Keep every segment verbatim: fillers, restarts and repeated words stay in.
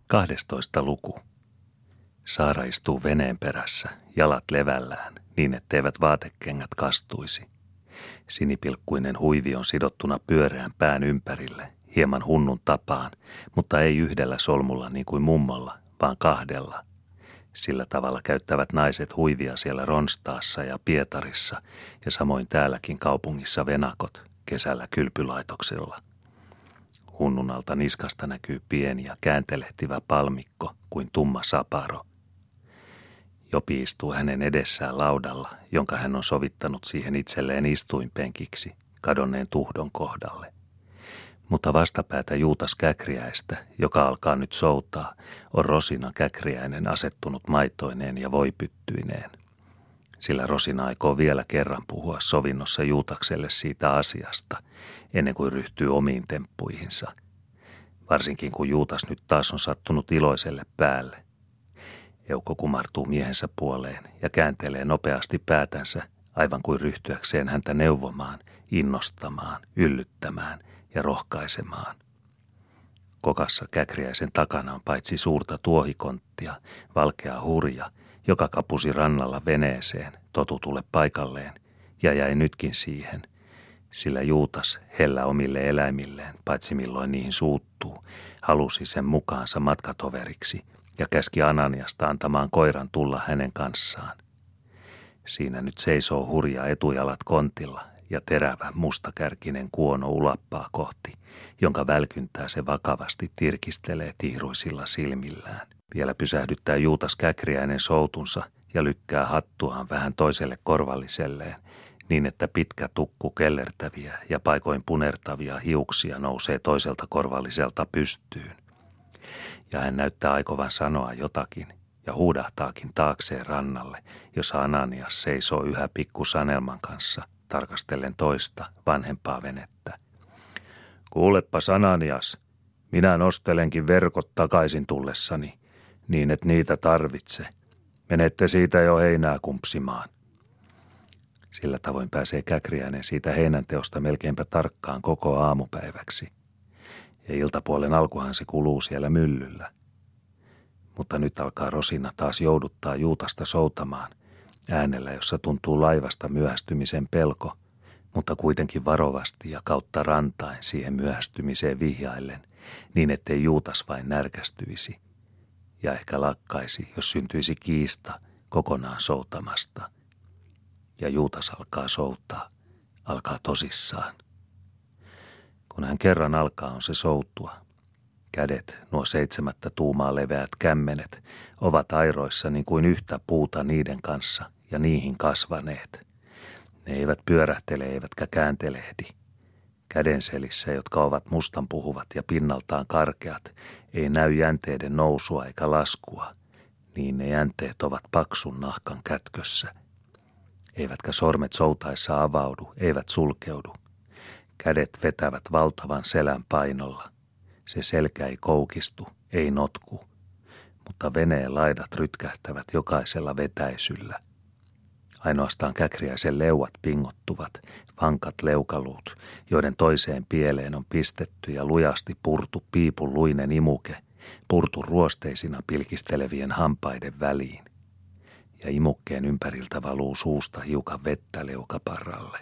Kahdestoista luku. Saara istuu veneen perässä, jalat levällään, niin etteivät vaatekengät kastuisi. Sinipilkkuinen huivi on sidottuna pyöreän pään ympärille, hieman hunnun tapaan, mutta ei yhdellä solmulla niin kuin mummolla, vaan kahdella. Sillä tavalla käyttävät naiset huivia siellä Ronstaassa ja Pietarissa ja samoin täälläkin kaupungissa venakot, kesällä kylpylaitoksella. Hunnun alta niskasta näkyy pieni ja kääntelehtivä palmikko kuin tumma saparo. Jopi istuu hänen edessään laudalla, jonka hän on sovittanut siihen itselleen istuinpenkiksi, kadonneen tuhdon kohdalle. Mutta vastapäätä Juutas Käkriäistä, joka alkaa nyt soutaa, on Rosina Käkriäinen asettunut maitoineen ja voipyttyineen. Sillä Rosina aikoo vielä kerran puhua sovinnossa Juutakselle siitä asiasta, ennen kuin ryhtyy omiin temppuihinsa. Varsinkin kun Juutas nyt taas on sattunut iloiselle päälle. Eukko kumartuu miehensä puoleen ja kääntelee nopeasti päätänsä, aivan kuin ryhtyäkseen häntä neuvomaan, innostamaan, yllyttämään ja rohkaisemaan. Kokassa Käkriäisen takana on paitsi suurta tuohikonttia, valkea hurja, joka kapusi rannalla veneeseen totutulle paikalleen ja jäi nytkin siihen, sillä Juutas hellä omille eläimilleen, paitsi milloin niihin suuttuu, halusi sen mukaansa matkatoveriksi ja käski Ananiasta antamaan koiran tulla hänen kanssaan. Siinä nyt seisoo hurja etujalat kontilla ja terävä mustakärkinen kuono ulappaa kohti, jonka välkyntää se vakavasti tirkistelee tihruisilla silmillään. Vielä pysähdyttää Juutas Käkriäinen soutunsa ja lykkää hattuaan vähän toiselle korvalliselleen, niin että pitkä tukku kellertäviä ja paikoin punertavia hiuksia nousee toiselta korvalliselta pystyyn. Ja hän näyttää aikovan sanoa jotakin ja huudahtaakin taakseen rannalle, jossa Ananias seisoo yhä pikku Sanelman kanssa, tarkastellen toista, vanhempaa venettä. Kuulepas Ananias, minä nostelenkin verkot takaisin tullessani, niin et niitä tarvitse. Menette siitä jo heinää kumpsimaan. Sillä tavoin pääsee Käkriäinen siitä heinänteosta melkeinpä tarkkaan koko aamupäiväksi. Ja iltapuolen alkuhan se kuluu siellä myllyllä. Mutta nyt alkaa Rosina taas jouduttaa Juutasta soutamaan, äänellä, jossa tuntuu laivasta myöhästymisen pelko, mutta kuitenkin varovasti ja kautta rantain siihen myöhästymiseen vihjaillen, niin ettei Juutas vain närkästyisi. Ja ehkä lakkaisi, jos syntyisi kiista kokonaan soutamasta. Ja Juutas alkaa soutaa, alkaa tosissaan. Kun hän kerran alkaa, on se soutua. Kädet, nuo seitsemättä tuumaa leveät kämmenet, ovat airoissa niin kuin yhtä puuta niiden kanssa ja niihin kasvaneet. Ne eivät pyörähtele eivätkä kääntelehdi. Kädenselissä, jotka ovat mustanpuhuvat ja pinnaltaan karkeat, ei näy jänteiden nousua eikä laskua, niin ne jänteet ovat paksun nahkan kätkössä. Eivätkä sormet soutaessa avaudu, eivät sulkeudu. Kädet vetävät valtavan selän painolla. Se selkä ei koukistu, ei notku, mutta veneen laidat rytkähtävät jokaisella vetäisyllä. Ainoastaan Käkriäisen leuat pingottuvat, vankat leukaluut, joiden toiseen pieleen on pistetty ja lujasti purtu piipun luinen imuke, purtu ruosteisina pilkistelevien hampaiden väliin. Ja imukkeen ympäriltä valuu suusta hiukan vettä leukaparralle.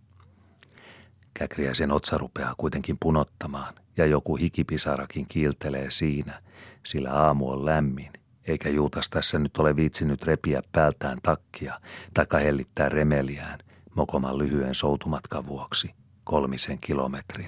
Käkriäisen otsa rupeaa kuitenkin punottamaan ja joku hikipisarakin kiiltelee siinä, sillä aamu on lämmin, eikä Juutas tässä nyt ole viitsinyt repiä päältään takkia taikka hellittää remeliään mokoman lyhyen soutumatkan vuoksi, kolmisen kilometrin.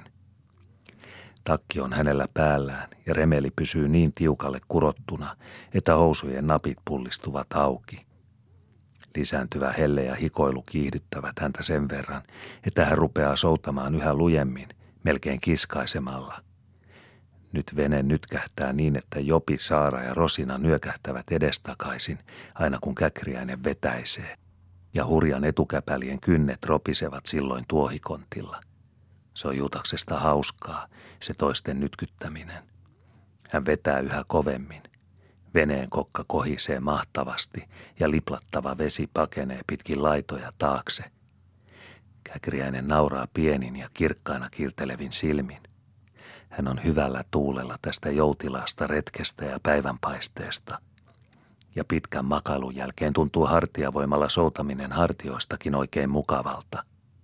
Takki on hänellä päällään ja remeli pysyy niin tiukalle kurottuna, että housujen napit pullistuvat auki. Lisääntyvä helle ja hikoilu kiihdyttävät häntä sen verran, että hän rupeaa soutamaan yhä lujemmin, melkein kiskaisemalla. Nyt vene nytkähtää niin, että Jopi, Saara ja Rosina nyökähtävät edestakaisin, aina kun Käkriäinen vetäisee, ja hurjan etukäpälien kynnet ropisevat silloin tuohikontilla. Se on Juutaksesta hauskaa, se toisten nytkyttäminen. Hän vetää yhä kovemmin. Veneen kokka kohisee mahtavasti ja liplattava vesi pakenee pitkin laitoja taakse. Käkriäinen nauraa pienin ja kirkkaina kiiltelevin silmin. Hän on hyvällä tuulella tästä joutilaasta retkestä ja päivänpaisteesta. Ja pitkän makailun jälkeen tuntuu hartiavoimalla soutaminen hartioistakin oikein mukavalta.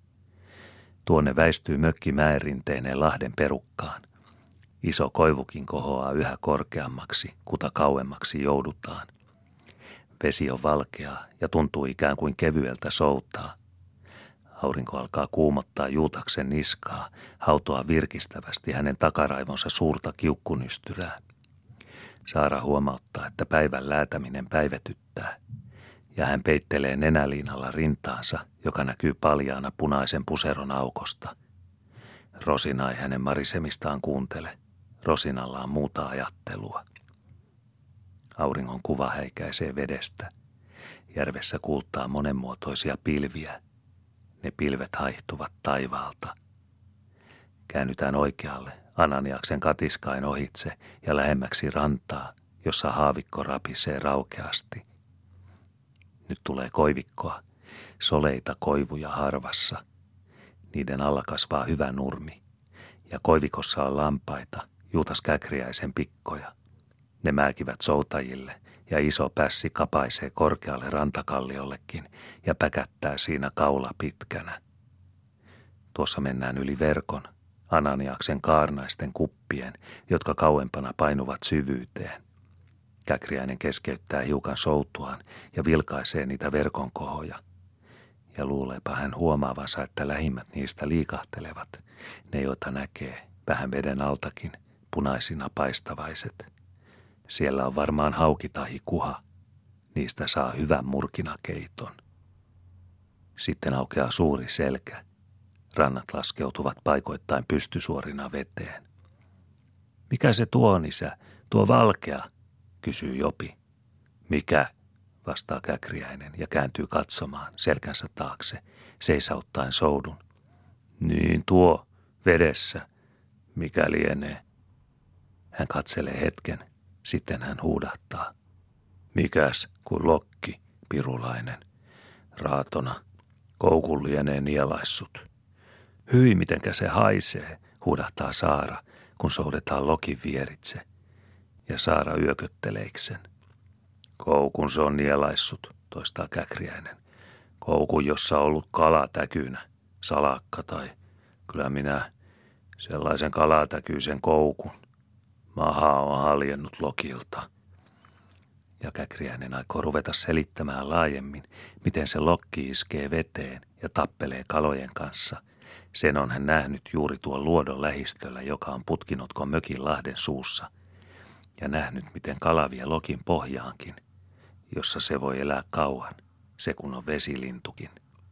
Tuonne väistyy mökki mäerinteineen lahden perukkaan. Iso koivukin kohoaa yhä korkeammaksi, kuta kauemmaksi joudutaan. Vesi on valkeaa ja tuntuu ikään kuin kevyeltä soutaa. Aurinko alkaa kuumottaa Juutaksen niskaa, hautoa virkistävästi hänen takaraivonsa suurta kiukkunystyrää. Saara huomauttaa, että päivän läätäminen päivetyttää, ja hän peittelee nenäliinalla rintaansa, joka näkyy paljaana punaisen puseron aukosta. Rosina ei hänen marisemistaan kuuntele. Rosinalla on muuta ajattelua. Auringon kuva häikäisee vedestä. Järvessä kuultaa monenmuotoisia pilviä. Ne pilvet haihtuvat taivaalta. Käännytään oikealle, Ananiaksen katiskain ohitse ja lähemmäksi rantaa, jossa haavikko rapisee raukeasti. Nyt tulee koivikkoa, soleita koivuja harvassa. Niiden alla kasvaa hyvä nurmi, ja koivikossa on lampaita, Juutas Käkriäisen pikkoja. Ne määkivät soutajille, ja iso pässi kapaisee korkealle rantakallaollekin ja päkättää siinä kaula pitkänä. Tuossa mennään yli verkon, Ananiaksen kaarnaisten kuppien, jotka kauempana painuvat syvyyteen. Käkriäinen keskeyttää hiukan soutuaan ja vilkaisee niitä verkon kohoja. Ja luuleepa hän huomaavansa, että lähimmät niistä liikahtelevat, ne joita näkee, vähän veden altakin, punaisina paistavaiset. Siellä on varmaan hauki tahi kuha. Niistä saa hyvän murkinakeiton. Sitten aukeaa suuri selkä. Rannat laskeutuvat paikoittain pystysuorina veteen. Mikä se tuo on, isä? Tuo valkea, kysyy Jopi. Mikä? Vastaa Käkriäinen ja kääntyy katsomaan selkänsä taakse, seisauttaen soudun. Niin tuo, vedessä. Mikä lienee? Hän katselee hetken, sitten hän huudahtaa. Mikäs, kuin lokki, pirulainen. Raatona, koukun lienee nielaissut. Hyi, mitenkä se haisee, huudahtaa Saara, kun soudetaan lokin vieritse. Ja Saara yökötteleiksen. Koukun se on nielaissut, toistaa Käkriäinen. Koukun, jossa on ollut kalatäkynä, salakka tai kyllä minä sellaisen kalatäkyisen koukun. Maha on haljennut lokilta. Ja Käkriäinen aikoo ruveta selittämään laajemmin, miten se lokki iskee veteen ja tappelee kalojen kanssa. Sen on hän nähnyt juuri tuon luodon lähistöllä, joka on putkinutko mökin lahden suussa. Ja nähnyt, miten kala vie lokin pohjaankin, jossa se voi elää kauan, se kun on vesilintukin.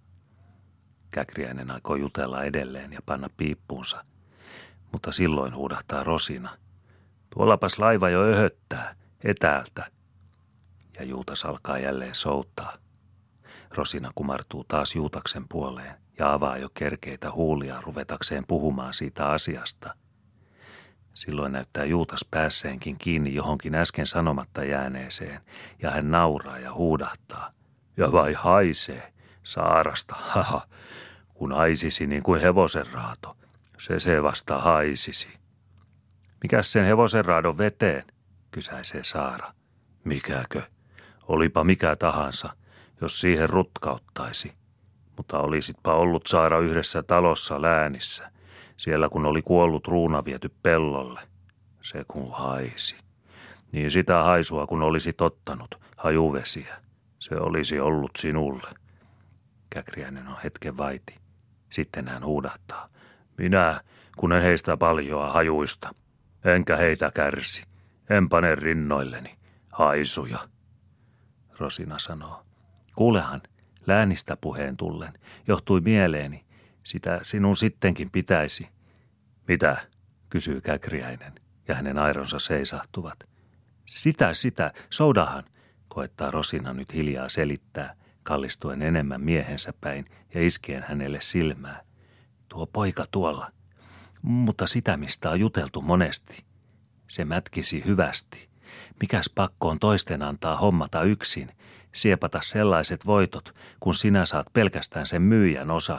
Käkriäinen aikoo jutella edelleen ja panna piippuunsa, mutta silloin huudahtaa Rosina. Tuollapas laiva jo öhöttää, etäältä. Ja Juutas alkaa jälleen soutaa. Rosina kumartuu taas Juutaksen puoleen ja avaa jo kerkeitä huulia ruvetakseen puhumaan siitä asiasta. Silloin näyttää Juutas päässeenkin kiinni johonkin äsken sanomatta jääneeseen, ja hän nauraa ja huudahtaa. Ja vai haisee, Saarasta, haha, kun haisisi niin kuin hevosen raato, se se vasta haisisi. Mikäs sen hevosen raadon veteen, kysäisee Saara. Mikäkö? Olipa mikä tahansa, jos siihen rutkauttaisi. Mutta olisitpa ollut Saara yhdessä talossa Läänissä, siellä kun oli kuollut ruuna viety pellolle. Se kun haisi. Niin sitä haisua kun olisit ottanut, hajuvesiä. Se olisi ollut sinulle. Käkriäinen on hetken vaiti. Sitten hän huudahtaa. Minä, kun en heistä paljoa hajuista. Enkä heitä kärsi. En pane rinnoilleni. Haisuja. Rosina sanoo. Kuulehan, Läänistä puheen tullen, johtui mieleeni. Sitä sinun sittenkin pitäisi. Mitä? Kysyy Käkriäinen, ja hänen aironsa seisahtuvat. Sitä, sitä, soudahan, koettaa Rosina nyt hiljaa selittää, kallistuen enemmän miehensä päin ja iskien hänelle silmää. Tuo poika tuolla. Mutta sitä, mistä on juteltu monesti. Se mätkisi hyvästi. Mikäs pakko on toisten antaa hommata yksin, siepata sellaiset voitot, kun sinä saat pelkästään sen myyjän osan.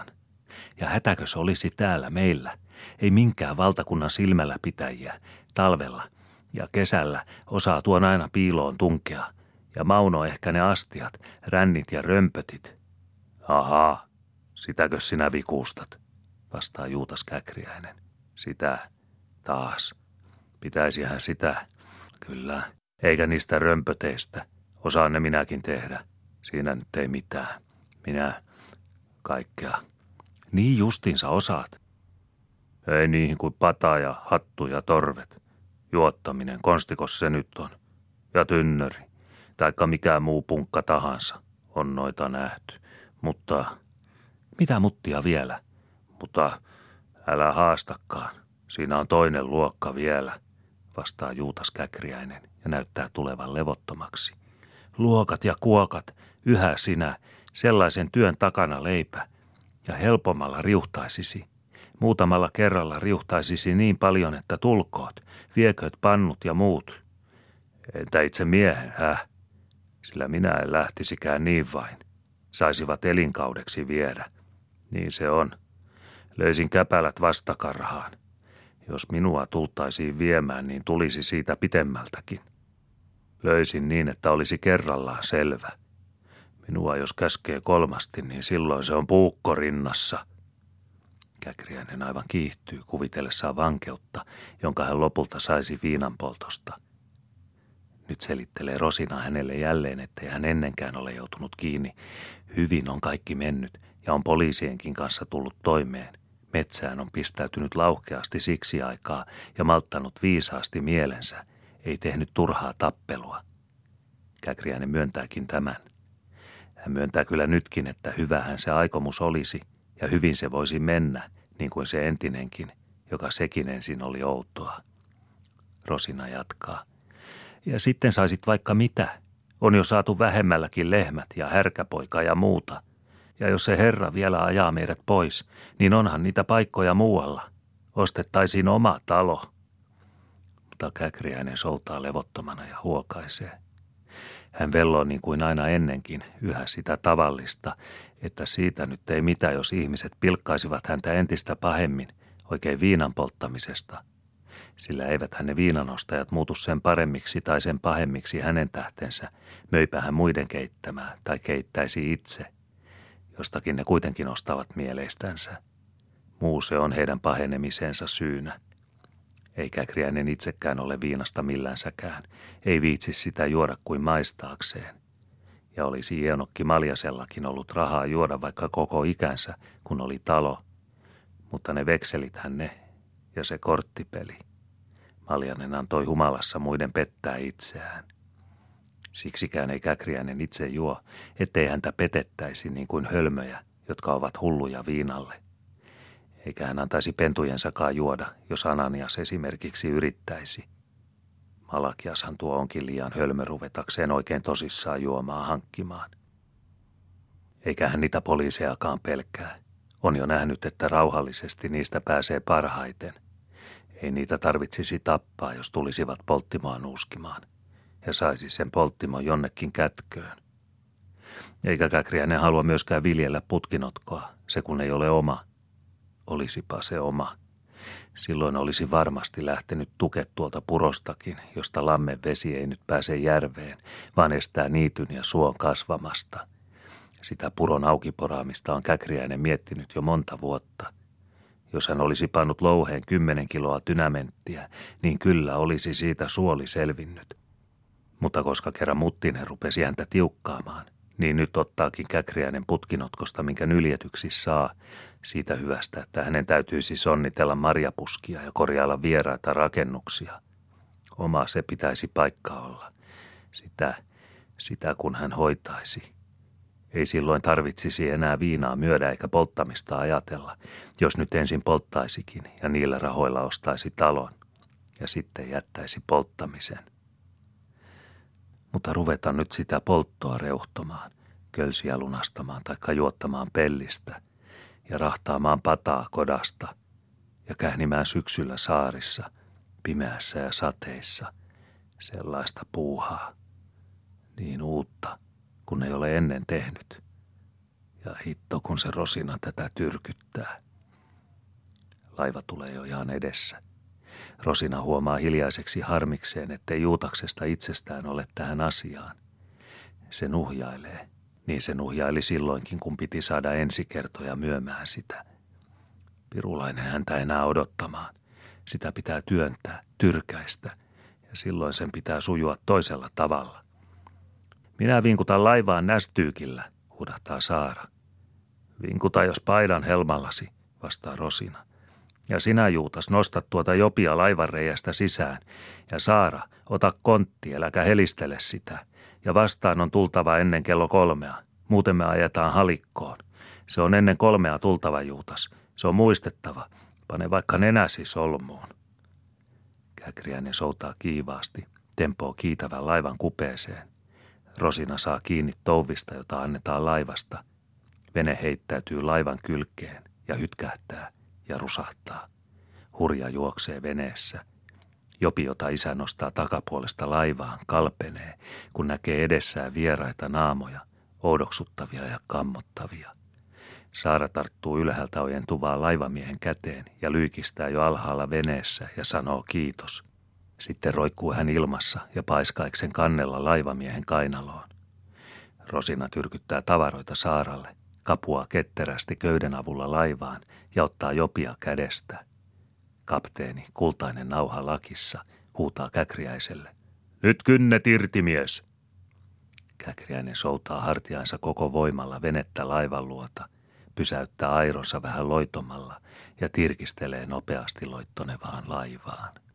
Ja hätäkös olisi täällä meillä, ei minkään valtakunnan silmällä pitäjiä, talvella ja kesällä osaa tuon aina piiloon tunkea, ja Mauno ehkä ne astiat, rännit ja römpötit. Ahaa, sitäkös sinä vikuustat, vastaa Juutas Käkriäinen. Sitä, taas. Pitäisihän sitä, kyllä, eikä niistä römpöteistä. Osaan ne minäkin tehdä. Siinä nyt ei mitään. Minä, kaikkea. Niin justinsa osaat. Ei niihin kuin pata ja hattu ja torvet. Juottaminen, konstikos se nyt on. Ja tynnöri, taikka mikä muu punkka tahansa, on noita nähty. Mutta, mitä muttia vielä? Mutta älä haastakaan, siinä on toinen luokka vielä, vastaa Juutas Käkriäinen ja näyttää tulevan levottomaksi. Luokat ja kuokat, yhä sinä, sellaisen työn takana leipä, ja helpommalla riuhtaisisi. Muutamalla kerralla riuhtaisisi niin paljon, että tulkoot, vieköt pannut ja muut. Entä itse miehen, häh? Sillä minä en lähtisikään niin vain. Saisivat elinkaudeksi viedä. Niin se on. Löysin käpälät vastakarhaan. Jos minua tultaisiin viemään, niin tulisi siitä pitemmältäkin. Löysin niin, että olisi kerrallaan selvä. Minua jos käskee kolmasti, niin silloin se on puukko rinnassa. Käkriäinen aivan kiihtyy kuvitellessaan vankeutta, jonka hän lopulta saisi viinanpoltosta. Nyt selittelee Rosina hänelle jälleen, ettei hän ennenkään ole joutunut kiinni. Hyvin on kaikki mennyt ja on poliisienkin kanssa tullut toimeen. Metsään on pistäytynyt lauhkeasti siksi aikaa ja malttanut viisaasti mielensä. Ei tehnyt turhaa tappelua. Käkriäinen myöntääkin tämän. Hän myöntää kyllä nytkin, että hyvähän se aikomus olisi ja hyvin se voisi mennä, niin kuin se entinenkin, joka sekin ensin oli outoa. Rosina jatkaa. Ja sitten saisit vaikka mitä. On jo saatu vähemmälläkin lehmät ja härkäpoika ja muuta. Ja jos se herra vielä ajaa meidät pois, niin onhan niitä paikkoja muualla. Ostettaisiin oma talo. Mutta Käkriäinen soutaa levottomana ja huokaisee. Hän velloo niin kuin aina ennenkin, yhä sitä tavallista, että siitä nyt ei mitään, jos ihmiset pilkkaisivat häntä entistä pahemmin, oikein viinan polttamisesta. Sillä eiväthän ne viinanostajat muutu sen paremmiksi tai sen pahemmiksi hänen tähtensä, möipä hän muiden keittämää tai keittäisi itse. Jostakin ne kuitenkin ostavat mieleistänsä. Muu se on heidän pahenemisensa syynä. Ei Käkriäinen itsekään ole viinasta millänsäkään, ei viitsi sitä juoda kuin maistaakseen. Ja olisi Ienokki Maljasellakin ollut rahaa juoda vaikka koko ikänsä, kun oli talo. Mutta ne vekselithän ne ja se korttipeli. Maljanen antoi humalassa muiden pettää itseään. Siksikään ei Käkriäinen itse juo, ettei häntä petettäisi niin kuin hölmöjä, jotka ovat hulluja viinalle. Eikä hän antaisi pentujensakaan juoda, jos Ananias esimerkiksi yrittäisi. Malakiashan tuo onkin liian hölmö ruvetakseen oikein tosissaan juomaa hankkimaan. Eikä hän niitä poliisejakaan pelkää. On jo nähnyt, että rauhallisesti niistä pääsee parhaiten. Ei niitä tarvitsisi tappaa, jos tulisivat polttimoa nuuskimaan. Ja saisi sen polttimon jonnekin kätköön. Eikä Käkriäinen halua myöskään viljellä putkinotkoa, se kun ei ole oma. Olisipa se oma. Silloin olisi varmasti lähtenyt tuket tuolta purostakin, josta lammen vesi ei nyt pääse järveen, vaan estää niityn ja suon kasvamasta. Sitä puron aukiporaamista on Käkriäinen miettinyt jo monta vuotta. Jos hän olisi pannut louheen kymmenen kiloa tynämenttiä, niin kyllä olisi siitä suoli selvinnyt. Mutta koska kerran Muttinen rupesi häntä tiukkaamaan, niin nyt ottaakin Käkriäinen putkinotkosta, minkä nyljetyksi saa, siitä hyvästä, että hänen täytyisi sonnitella marjapuskia ja korjailla vieraita rakennuksia. Oma se pitäisi paikka olla. Sitä, sitä kun hän hoitaisi. Ei silloin tarvitsisi enää viinaa myydä eikä polttamista ajatella, jos nyt ensin polttaisikin ja niillä rahoilla ostaisi talon ja sitten jättäisi polttamisen. Mutta ruveta nyt sitä polttoa reuhtomaan, kölsiä lunastamaan tai juottamaan pellistä ja rahtaamaan pataa kodasta ja kähnimään syksyllä saarissa, pimeässä ja sateissa, sellaista puuhaa, niin uutta, kun ei ole ennen tehnyt. Ja hitto, kun se Rosina tätä tyrkyttää. Laiva tulee jo ihan edessä. Rosina huomaa hiljaiseksi harmikseen, ettei Juutaksesta itsestään ole tähän asiaan. Se nuhjailee. Niin se nuhjaili silloinkin, kun piti saada ensikertoja myymään sitä. Pirulainen häntä enää odottamaan. Sitä pitää työntää, tyrkäistä, ja silloin sen pitää sujua toisella tavalla. Minä vinkutan laivaan nästyykillä, huudahtaa Saara. Vinkuta jos paidan helmallasi, vastaa Rosina. Ja sinä, Juutas, nostat tuota jopia laivanreiästä sisään, ja Saara, ota kontti, äläkä helistele sitä. Ja vastaan on tultava ennen kello kolmea. Muuten me ajetaan halikkoon. Se on ennen kolmea tultava, Juutas. Se on muistettava. Pane vaikka nenäsi solmuun. Käkriäinen soutaa kiivaasti, tempoo kiitävän laivan kupeeseen. Rosina saa kiinni touvista, jota annetaan laivasta. Vene heittäytyy laivan kylkeen ja hytkähtää ja rusahtaa. Hurja juoksee veneessä. Jopi, jota isä nostaa takapuolesta laivaan, kalpenee, kun näkee edessään vieraita naamoja, oudoksuttavia ja kammottavia. Saara tarttuu ylhäältä ojentuvaan laivamiehen käteen ja lyykistää jo alhaalla veneessä ja sanoo kiitos. Sitten roikkuu hän ilmassa ja paiskaiksen kannella laivamiehen kainaloon. Rosina tyrkyttää tavaroita Saaralle, kapuaa ketterästi köyden avulla laivaan ja ottaa Jopia kädestä. Kapteeni, kultainen nauha lakissa, huutaa Käkriäiselle. Nyt kynnet irti, mies! Käkriäinen soutaa hartiaansa koko voimalla venettä laivan luota, pysäyttää aironsa vähän loitomalla ja tirkistelee nopeasti loittonevaan laivaan.